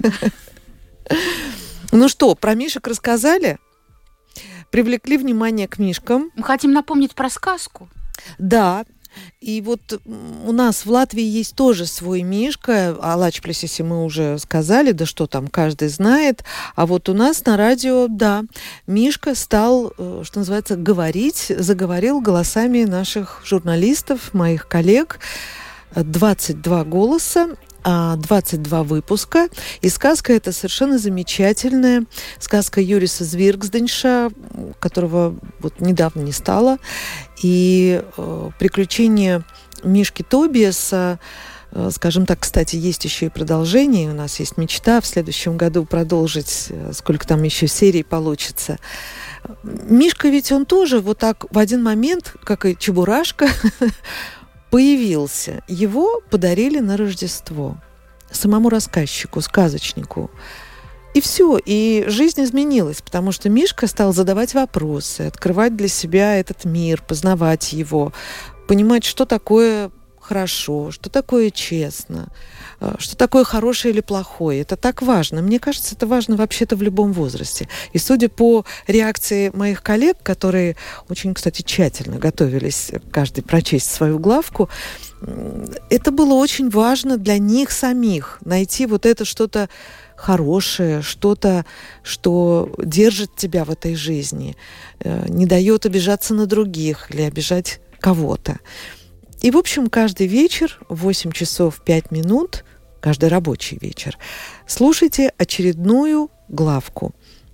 [SPEAKER 3] Ну что, про мишек рассказали? Привлекли внимание к мишкам.
[SPEAKER 4] Мы хотим напомнить про сказку.
[SPEAKER 3] Да. И вот у нас в Латвии есть тоже свой мишка. О Лачплесисе мы уже сказали, да что там, каждый знает. А вот у нас на радио, да, мишка стал, что называется, говорить, заговорил голосами наших журналистов, моих коллег. двадцать два голоса, двадцать два выпуска. И сказка эта совершенно замечательная. Сказка Юриса Звиргсденша, которого вот недавно не стало. И э, приключения Мишки Тобиаса, э, скажем так, кстати, есть еще и продолжение. У нас есть мечта в следующем году продолжить, э, сколько там еще серий получится. Мишка ведь он тоже вот так в один момент, как и Чебурашка, появился. Его подарили на Рождество самому рассказчику, сказочнику. И все, и жизнь изменилась, потому что Мишка стал задавать вопросы, открывать для себя этот мир, познавать его, понимать, что такое хорошо, что такое честно, что такое хорошее или плохое. Это так важно. Мне кажется, это важно вообще-то в любом возрасте. И судя по реакции моих коллег, которые очень, кстати, тщательно готовились каждый прочесть свою главку, это было очень важно для них самих, найти вот это что-то хорошее, что-то, что держит тебя в этой жизни, не дает обижаться на других или обижать кого-то. И, в общем, каждый вечер в восемь часов пять минут, каждый рабочий вечер, слушайте очередную главку.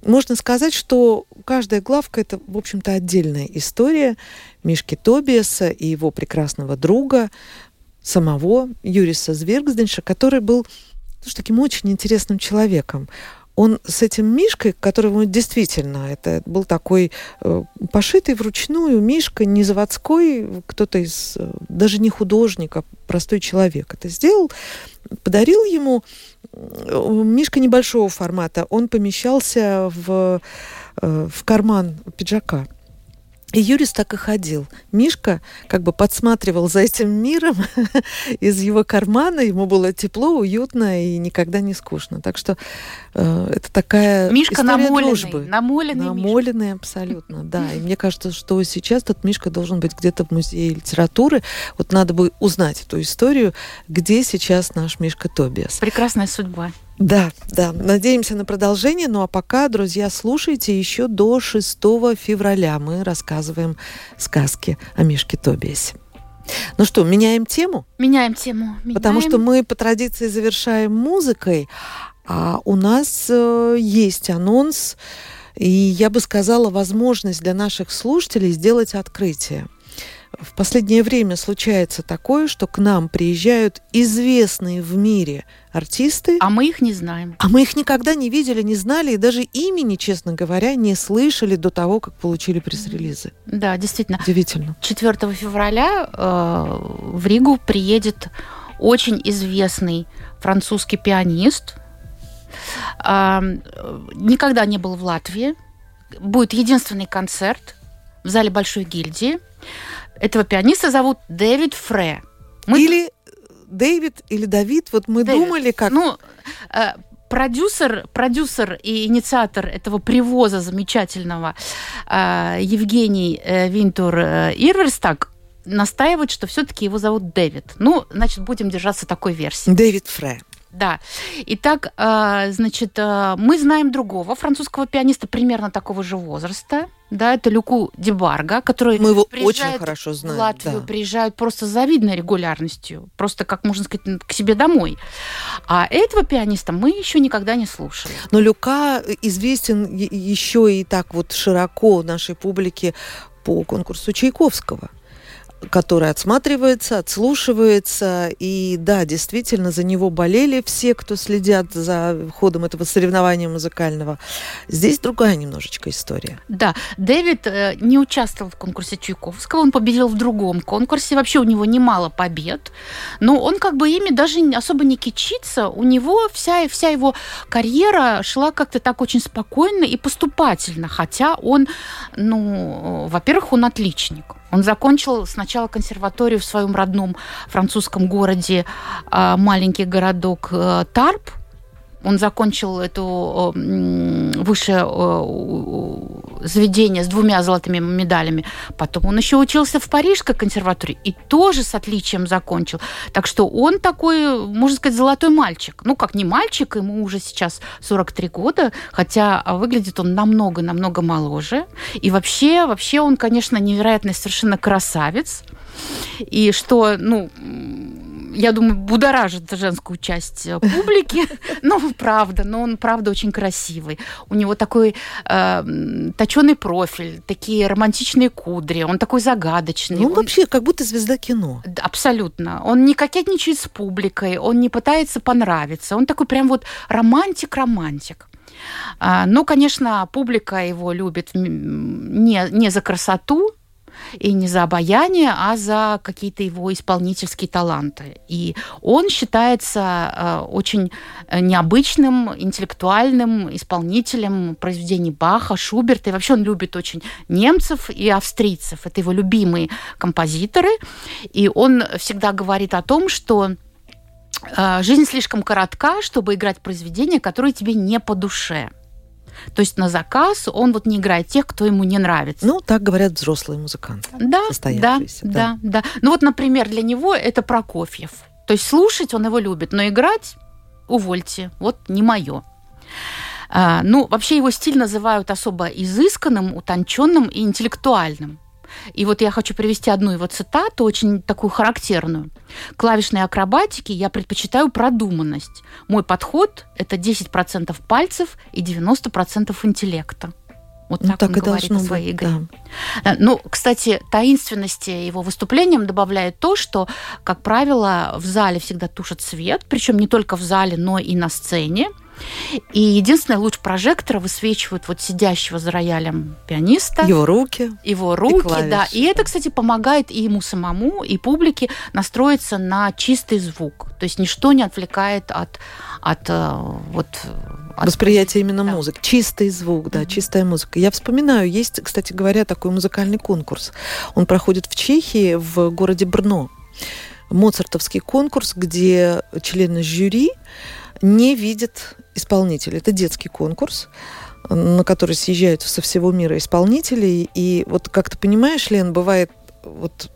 [SPEAKER 3] можно сказать, что каждая главка – это, в общем-то, отдельная история Мишки Тобиаса и его прекрасного друга, самого Юриса Звергзденша, который был тоже таким очень интересным человеком. Он с этим Мишкой, которого действительно, это был такой э, пошитый вручную Мишка, не заводской, кто-то из, даже не художник, а простой человек это сделал, подарил ему Мишка небольшого формата. Он помещался в, э, в карман пиджака. И Юрис так и ходил. Мишка как бы подсматривал за этим миром из его кармана. Ему было тепло, уютно и никогда не скучно. Так что э, это такая
[SPEAKER 4] Мишка
[SPEAKER 3] история
[SPEAKER 4] намоленный,
[SPEAKER 3] дружбы.
[SPEAKER 4] Намоленный,
[SPEAKER 3] намоленный абсолютно, да. И мне кажется, что сейчас этот Мишка должен быть где-то в музее литературы. Вот надо бы узнать эту историю, где сейчас наш Мишка Тобиас.
[SPEAKER 4] Прекрасная судьба.
[SPEAKER 3] Да, да, надеемся на продолжение. Ну а пока, друзья, слушайте, еще до шестого февраля мы рассказываем сказки о Мишке Тобиасе. Ну что, меняем тему?
[SPEAKER 4] Меняем тему. Меняем.
[SPEAKER 3] Потому что мы по традиции завершаем музыкой, а у нас э, есть анонс, и я бы сказала, возможность для наших слушателей сделать открытие. В последнее время случается такое, что к нам приезжают известные в мире артисты.
[SPEAKER 4] А мы их не знаем.
[SPEAKER 3] А мы их никогда не видели, не знали, и даже имени, честно говоря, не слышали до того, как получили пресс-релизы.
[SPEAKER 4] Да, действительно.
[SPEAKER 3] Удивительно.
[SPEAKER 4] четвёртого февраля э, в Ригу приедет очень известный французский пианист. Э, никогда не был в Латвии. Будет единственный концерт в зале Большой гильдии. Этого пианиста зовут Дэвид Фре. Мы
[SPEAKER 3] или Дэвид, или Давид. Вот мы
[SPEAKER 4] Дэвид.
[SPEAKER 3] думали, как...
[SPEAKER 4] Ну, э, продюсер, продюсер и инициатор этого привоза замечательного э, Евгений э, Винтур э, Ирверстаг настаивает, что все-таки его зовут Дэвид. Ну, значит, будем держаться такой версии.
[SPEAKER 3] Дэвид Фре.
[SPEAKER 4] Да. Итак, э, значит, э, мы знаем другого французского пианиста примерно такого же возраста. Да, это Люку Дебарга, который
[SPEAKER 3] мы его очень хорошо знаем.
[SPEAKER 4] В Латвию
[SPEAKER 3] да.
[SPEAKER 4] приезжают просто с завидной регулярностью, просто, как можно сказать, к себе домой. А этого пианиста мы еще никогда не слушали.
[SPEAKER 3] Но Люка известен еще и так вот широко нашей публике по конкурсу Чайковского, который отсматривается, отслушивается. И да, действительно, за него болели все, кто следят за ходом этого соревнования музыкального. Здесь другая немножечко история.
[SPEAKER 4] Да, Дэвид э, не участвовал в конкурсе Чайковского, он победил в другом конкурсе. Вообще у него немало побед, но он как бы ими даже особо не кичится. У него вся, вся его карьера шла как-то так очень спокойно и поступательно, хотя он, ну, во-первых, он отличник. Он закончил сначала консерваторию в своем родном французском городе, маленький городок Тарп. Он закончил это высшее заведение с двумя золотыми медалями. Потом он еще учился в Парижской консерватории и тоже с отличием закончил. Так что он такой, можно сказать, золотой мальчик. Ну, как не мальчик, ему уже сейчас сорок три года, хотя выглядит он намного-намного моложе. И вообще, вообще он, конечно, невероятный совершенно красавец. И что, ну... я думаю, будоражит женскую часть публики. Ну, правда, но он, правда, очень красивый. У него такой э, точеный профиль, такие романтичные кудри, он такой загадочный.
[SPEAKER 3] Ну, он
[SPEAKER 4] он
[SPEAKER 3] вообще как будто звезда кино.
[SPEAKER 4] Абсолютно. Он не кокетничает с публикой, он не пытается понравиться. Он такой прям вот романтик-романтик. Ну, конечно, публика его любит не, не за красоту, и не за обаяние, а за какие-то его исполнительские таланты. И он считается э, очень необычным, интеллектуальным исполнителем произведений Баха, Шуберта. И вообще он любит очень немцев и австрийцев. Это его любимые композиторы. И он всегда говорит о том, что э, жизнь слишком коротка, чтобы играть произведения, которые тебе не по душе. То есть на заказ он вот не играет тех, кто ему не нравится.
[SPEAKER 3] Ну, так говорят взрослые музыканты.
[SPEAKER 4] Да, да, да, да. Ну вот, например, для него это Прокофьев. То есть слушать он его любит, но играть, увольте, вот не мое. А, ну, вообще его стиль называют особо изысканным, утонченным и интеллектуальным. И вот я хочу привести одну его цитату, очень такую характерную. «Клавишной акробатики я предпочитаю продуманность. Мой подход – это десять процентов пальцев и девяносто процентов интеллекта». Вот так, ну, так он говорит о своей быть, игре. Да. Ну, кстати, таинственности его выступлениям добавляет то, что, как правило, в зале всегда тушат свет, причем не только в зале, но и на сцене. И единственный луч прожектора высвечивает вот сидящего за роялем пианиста.
[SPEAKER 3] Его руки.
[SPEAKER 4] Его руки, и да. И это, кстати, помогает и ему самому, и публике настроиться на чистый звук. То есть ничто не отвлекает от, от вот...
[SPEAKER 3] Восприятие именно да. музыки. Чистый звук, да, mm-hmm. чистая музыка. Я вспоминаю, есть, кстати говоря, такой музыкальный конкурс. Он проходит в Чехии, в городе Брно. Моцартовский конкурс, где члены жюри не видят исполнителя. Это детский конкурс, на который съезжаются со всего мира исполнители. И вот, как ты понимаешь, Лен, бывает вот...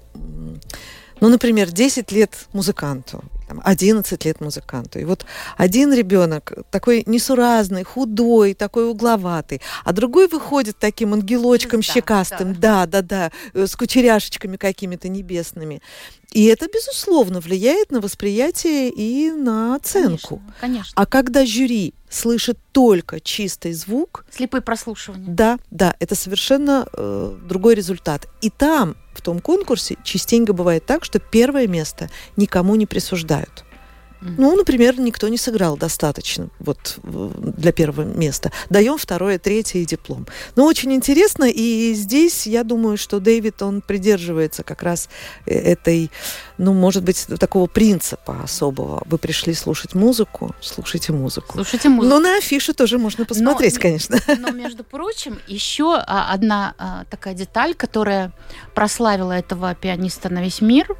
[SPEAKER 3] Ну, например, десять лет музыканту, одиннадцать лет музыканту. И вот один ребенок такой несуразный, худой, такой угловатый, а другой выходит таким ангелочком да, щекастым, да. да, да, да, с кучеряшечками какими-то небесными. И это, безусловно, влияет на восприятие и на оценку.
[SPEAKER 4] Конечно, конечно.
[SPEAKER 3] А когда жюри слышит только чистый звук...
[SPEAKER 4] Слепые прослушивания.
[SPEAKER 3] Да, да, это совершенно э, другой результат. И там, в том конкурсе, частенько бывает так, что первое место никому не присуждают. Mm-hmm. Ну, например, никто не сыграл достаточно вот, для первого места. Даем второе, третье и диплом. Но очень интересно, и здесь, я думаю, что Дэвид, он придерживается как раз этой, ну, может быть, такого принципа особого. Вы пришли слушать музыку, слушайте музыку.
[SPEAKER 4] Слушайте музыку.
[SPEAKER 3] Но на афише тоже можно посмотреть, но, конечно.
[SPEAKER 4] Но, между прочим, еще одна такая деталь, которая прославила этого пианиста на весь мир.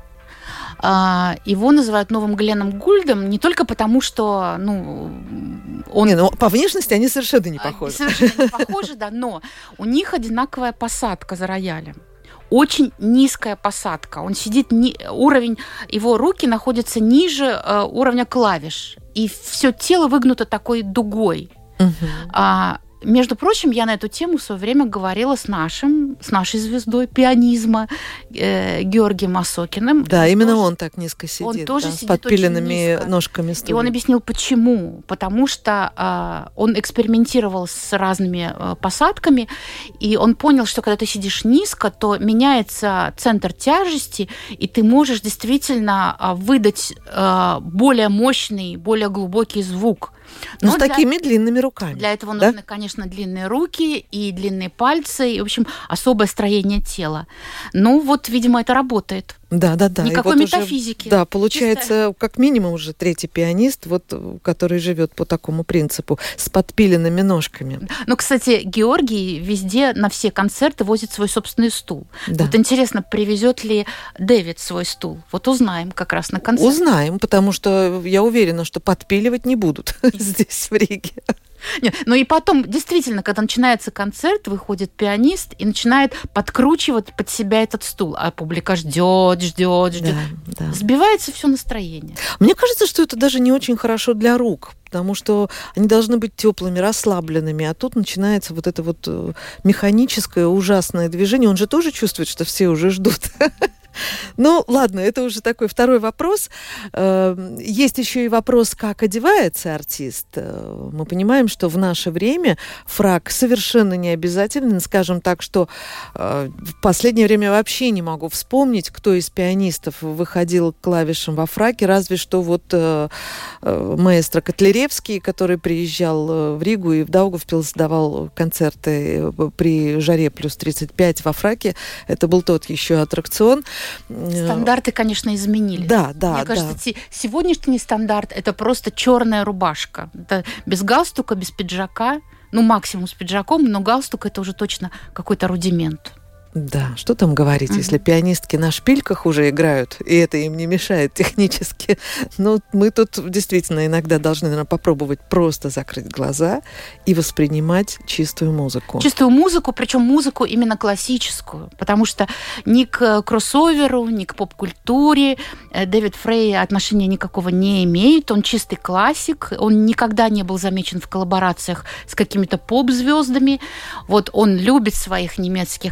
[SPEAKER 4] Его называют новым Гленном Гульдом не только потому, что, ну, он...
[SPEAKER 3] Не, ну, по внешности они совершенно не похожи.
[SPEAKER 4] Совершенно не похожи, да, но у них одинаковая посадка за роялем. Очень низкая посадка. Он сидит, ни... уровень, его руки находятся ниже э, уровня клавиш. И все тело выгнуто такой дугой.
[SPEAKER 3] Угу.
[SPEAKER 4] А, между прочим, я на эту тему в свое время говорила с нашим, с нашей звездой пианизма э, Георгием Осокиным.
[SPEAKER 3] Да, он именно тоже, он так низко сидит,
[SPEAKER 4] он тоже
[SPEAKER 3] да,
[SPEAKER 4] сидит
[SPEAKER 3] с подпиленными ножками стула.
[SPEAKER 4] И он объяснил, почему. Потому что э, он экспериментировал с разными э, посадками, и он понял, что когда ты сидишь низко, то меняется центр тяжести, и ты можешь действительно э, выдать э, более мощный, более глубокий звук.
[SPEAKER 3] Но, Но с для, такими длинными руками.
[SPEAKER 4] Для этого
[SPEAKER 3] да?
[SPEAKER 4] нужны, конечно, длинные руки и длинные пальцы, и, в общем, особое строение тела. Ну, вот, видимо, это работает.
[SPEAKER 3] Да, да, да.
[SPEAKER 4] Никакой вот метафизики.
[SPEAKER 3] Уже, да, получается, чистая. Как минимум уже третий пианист, вот, который живет по такому принципу, с подпиленными ножками.
[SPEAKER 4] Ну, кстати, Георгий везде на все концерты возит свой собственный стул. Да. Вот интересно, привезет ли Дэвид свой стул? Вот узнаем как раз на концерте.
[SPEAKER 3] Узнаем, потому что я уверена, что подпиливать не будут здесь, в Риге.
[SPEAKER 4] Нет, ну и потом, действительно, когда начинается концерт, выходит пианист и начинает подкручивать под себя этот стул, а публика ждет, ждет, ждет. Да, да. Сбивается все настроение.
[SPEAKER 3] Мне кажется, что это даже не очень хорошо для рук, потому что они должны быть теплыми, расслабленными, а тут начинается вот это вот механическое ужасное движение. Он же тоже чувствует, что все уже ждут. Ну, ладно, это уже такой второй вопрос. Есть еще и вопрос, как одевается артист. Мы понимаем, что в наше время фрак совершенно не обязателен. Скажем так, что в последнее время вообще не могу вспомнить, кто из пианистов выходил к клавишам во фраке, разве что вот маэстро Котляревский, который приезжал в Ригу и в Даугавпилс давал концерты при жаре плюс тридцать пять во фраке. Это был тот еще аттракцион.
[SPEAKER 4] Стандарты, конечно, изменились.
[SPEAKER 3] Да, да,
[SPEAKER 4] Мне кажется,
[SPEAKER 3] да.
[SPEAKER 4] сегодняшний стандарт – это просто черная рубашка. Это без галстука, без пиджака. Ну, максимум с пиджаком, но галстук – это уже точно какой-то рудимент.
[SPEAKER 3] Да, что там говорить, mm-hmm. если пианистки на шпильках уже играют, и это им не мешает технически. Но мы тут действительно иногда должны, наверное, попробовать просто закрыть глаза и воспринимать чистую музыку.
[SPEAKER 4] Чистую музыку, причем музыку именно классическую, потому что ни к кроссоверу, ни к поп-культуре Дэвид Фрей отношения никакого не имеет. Он чистый классик, он никогда не был замечен в коллаборациях с какими-то поп-звездами. Вот он любит своих немецких композиторов,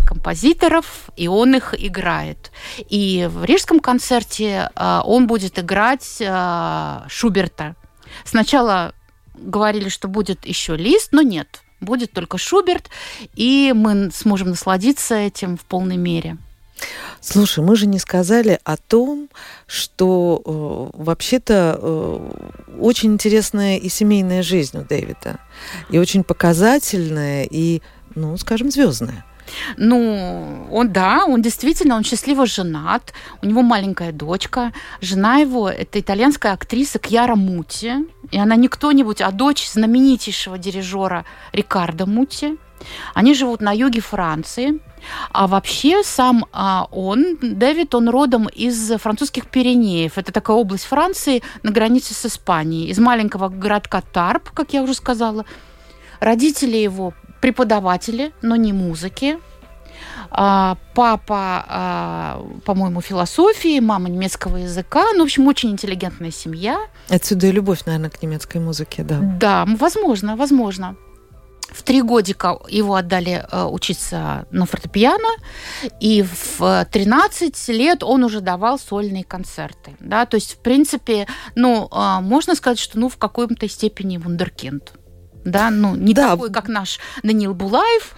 [SPEAKER 4] композиторов, и он их играет. И в Рижском концерте он будет играть Шуберта. Сначала говорили, что будет еще Лист, но нет, будет только Шуберт, и мы сможем насладиться этим в полной мере.
[SPEAKER 3] Слушай, мы же не сказали о том, что э, вообще-то э, очень интересная и семейная жизнь у Дэвида, и очень показательная, и, ну, скажем, звездная.
[SPEAKER 4] Ну, он, да, он действительно, он счастливо женат, у него маленькая дочка, жена его – это итальянская актриса Кьяра Мутти, и она не кто-нибудь, а дочь знаменитейшего дирижера Рикардо Мутти. Они живут на юге Франции, а вообще сам а, он, Дэвид, он родом из французских Пиренеев. Это такая область Франции на границе с Испанией, из маленького городка Тарп, как я уже сказала. Родители его преподаватели, но не музыки. А, папа, а, по-моему, философии, мама немецкого языка. Ну, в общем, очень интеллигентная семья.
[SPEAKER 3] Отсюда и любовь, наверное, к немецкой музыке, да.
[SPEAKER 4] Да, возможно, возможно. В три годика его отдали э, учиться на фортепиано, и в тринадцать лет он уже давал сольные концерты. Да? То есть, в принципе, ну, э, можно сказать, что ну, в какой-то степени вундеркинд. Да, ну, не да. такой, как наш Даниил Булаев,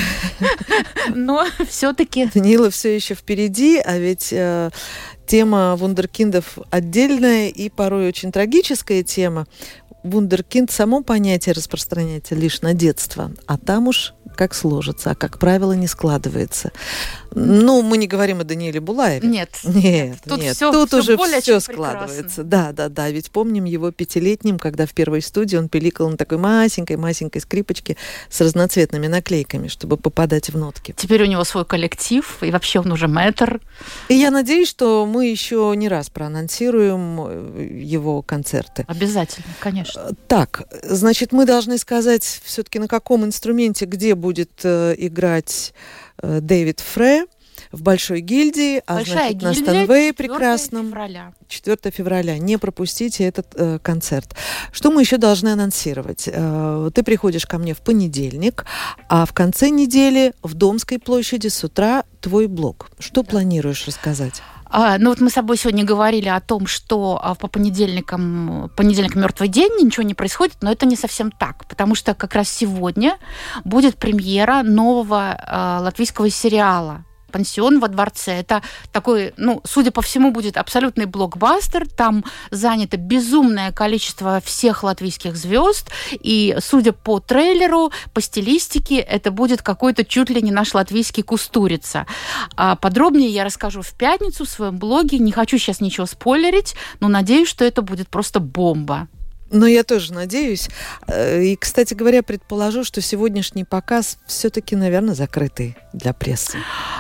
[SPEAKER 4] но все-таки...
[SPEAKER 3] Даниила все еще впереди, а ведь э, тема вундеркиндов отдельная и порой очень трагическая тема. Вундеркинд, само понятие распространяется лишь на детство, а там уж как сложится, а как правило не складывается. Ну, мы не говорим о Данииле Булаеве.
[SPEAKER 4] Нет,
[SPEAKER 3] нет,
[SPEAKER 4] тут,
[SPEAKER 3] нет.
[SPEAKER 4] Все,
[SPEAKER 3] тут
[SPEAKER 4] все
[SPEAKER 3] уже
[SPEAKER 4] более
[SPEAKER 3] все складывается. Да, да, да. Ведь помним его пятилетним, когда в первой студии он пиликал на такой масенькой-масенькой скрипочке с разноцветными наклейками, чтобы попадать в нотки.
[SPEAKER 4] Теперь у него свой коллектив, и вообще он уже мэтр.
[SPEAKER 3] И я надеюсь, что мы еще не раз проанонсируем его концерты.
[SPEAKER 4] Обязательно, конечно.
[SPEAKER 3] Так, значит, мы должны сказать все-таки, на каком инструменте, где будет э, играть э, Дэвид Фре в Большой гильдии, а
[SPEAKER 4] Большая
[SPEAKER 3] значит,
[SPEAKER 4] гильдия,
[SPEAKER 3] на Стэнвее прекрасном.
[SPEAKER 4] февраля.
[SPEAKER 3] четвёртого февраля. Не пропустите этот э, концерт. Что мы еще должны анонсировать? Э, ты приходишь ко мне в понедельник, а в конце недели в Домской площади с утра твой блог. Что да. планируешь рассказать?
[SPEAKER 4] А, ну вот мы с тобой сегодня говорили о том, что а, по понедельникам, понедельник мертвый день, ничего не происходит, но это не совсем так, потому что как раз сегодня будет премьера нового а, латвийского сериала «Пансион во дворце». Это такой, ну, судя по всему, будет абсолютный блокбастер. Там занято безумное количество всех латвийских звезд. И, судя по трейлеру, по стилистике, это будет какой-то чуть ли не наш латвийский Кустурица. А подробнее я расскажу в пятницу в своем блоге. Не хочу сейчас ничего спойлерить, но надеюсь, что это будет просто бомба.
[SPEAKER 3] Но я тоже надеюсь. И, кстати говоря, предположу, что сегодняшний показ все-таки, наверное, закрытый для прессы.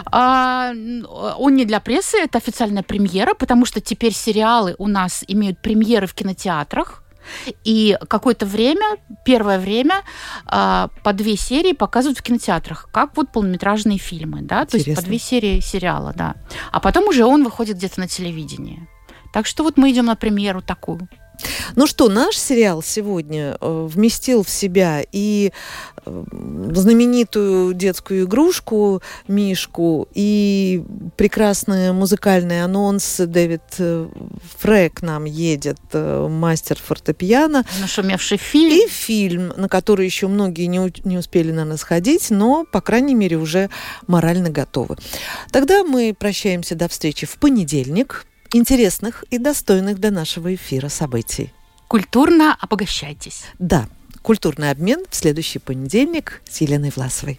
[SPEAKER 4] А, он не для прессы, это официальная премьера, потому что теперь сериалы у нас имеют премьеры в кинотеатрах. И какое-то время, первое время, по две серии показывают в кинотеатрах, как вот полнометражные фильмы, да, то есть по две серии сериала, да. А потом уже он выходит где-то на телевидении. Так что вот мы идем на премьеру такую.
[SPEAKER 3] Ну что, наш сериал сегодня э, вместил в себя и э, знаменитую детскую игрушку Мишку, и прекрасный музыкальный анонс. Дэвид э, Фре к нам едет, э, мастер фортепиано.
[SPEAKER 4] Нашумевший фильм.
[SPEAKER 3] И фильм, на который еще многие не, у- не успели, наверное, сходить, но, по крайней мере, уже морально готовы. Тогда мы прощаемся до встречи в понедельник. Интересных и достойных до нашего эфира событий.
[SPEAKER 4] Культурно обогащайтесь.
[SPEAKER 3] Да, культурный обмен в следующий понедельник с Еленой Власовой.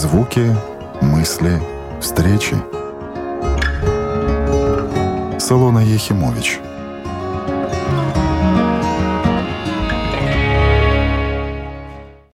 [SPEAKER 2] Звуки, мысли, встречи. Солона Ехимович.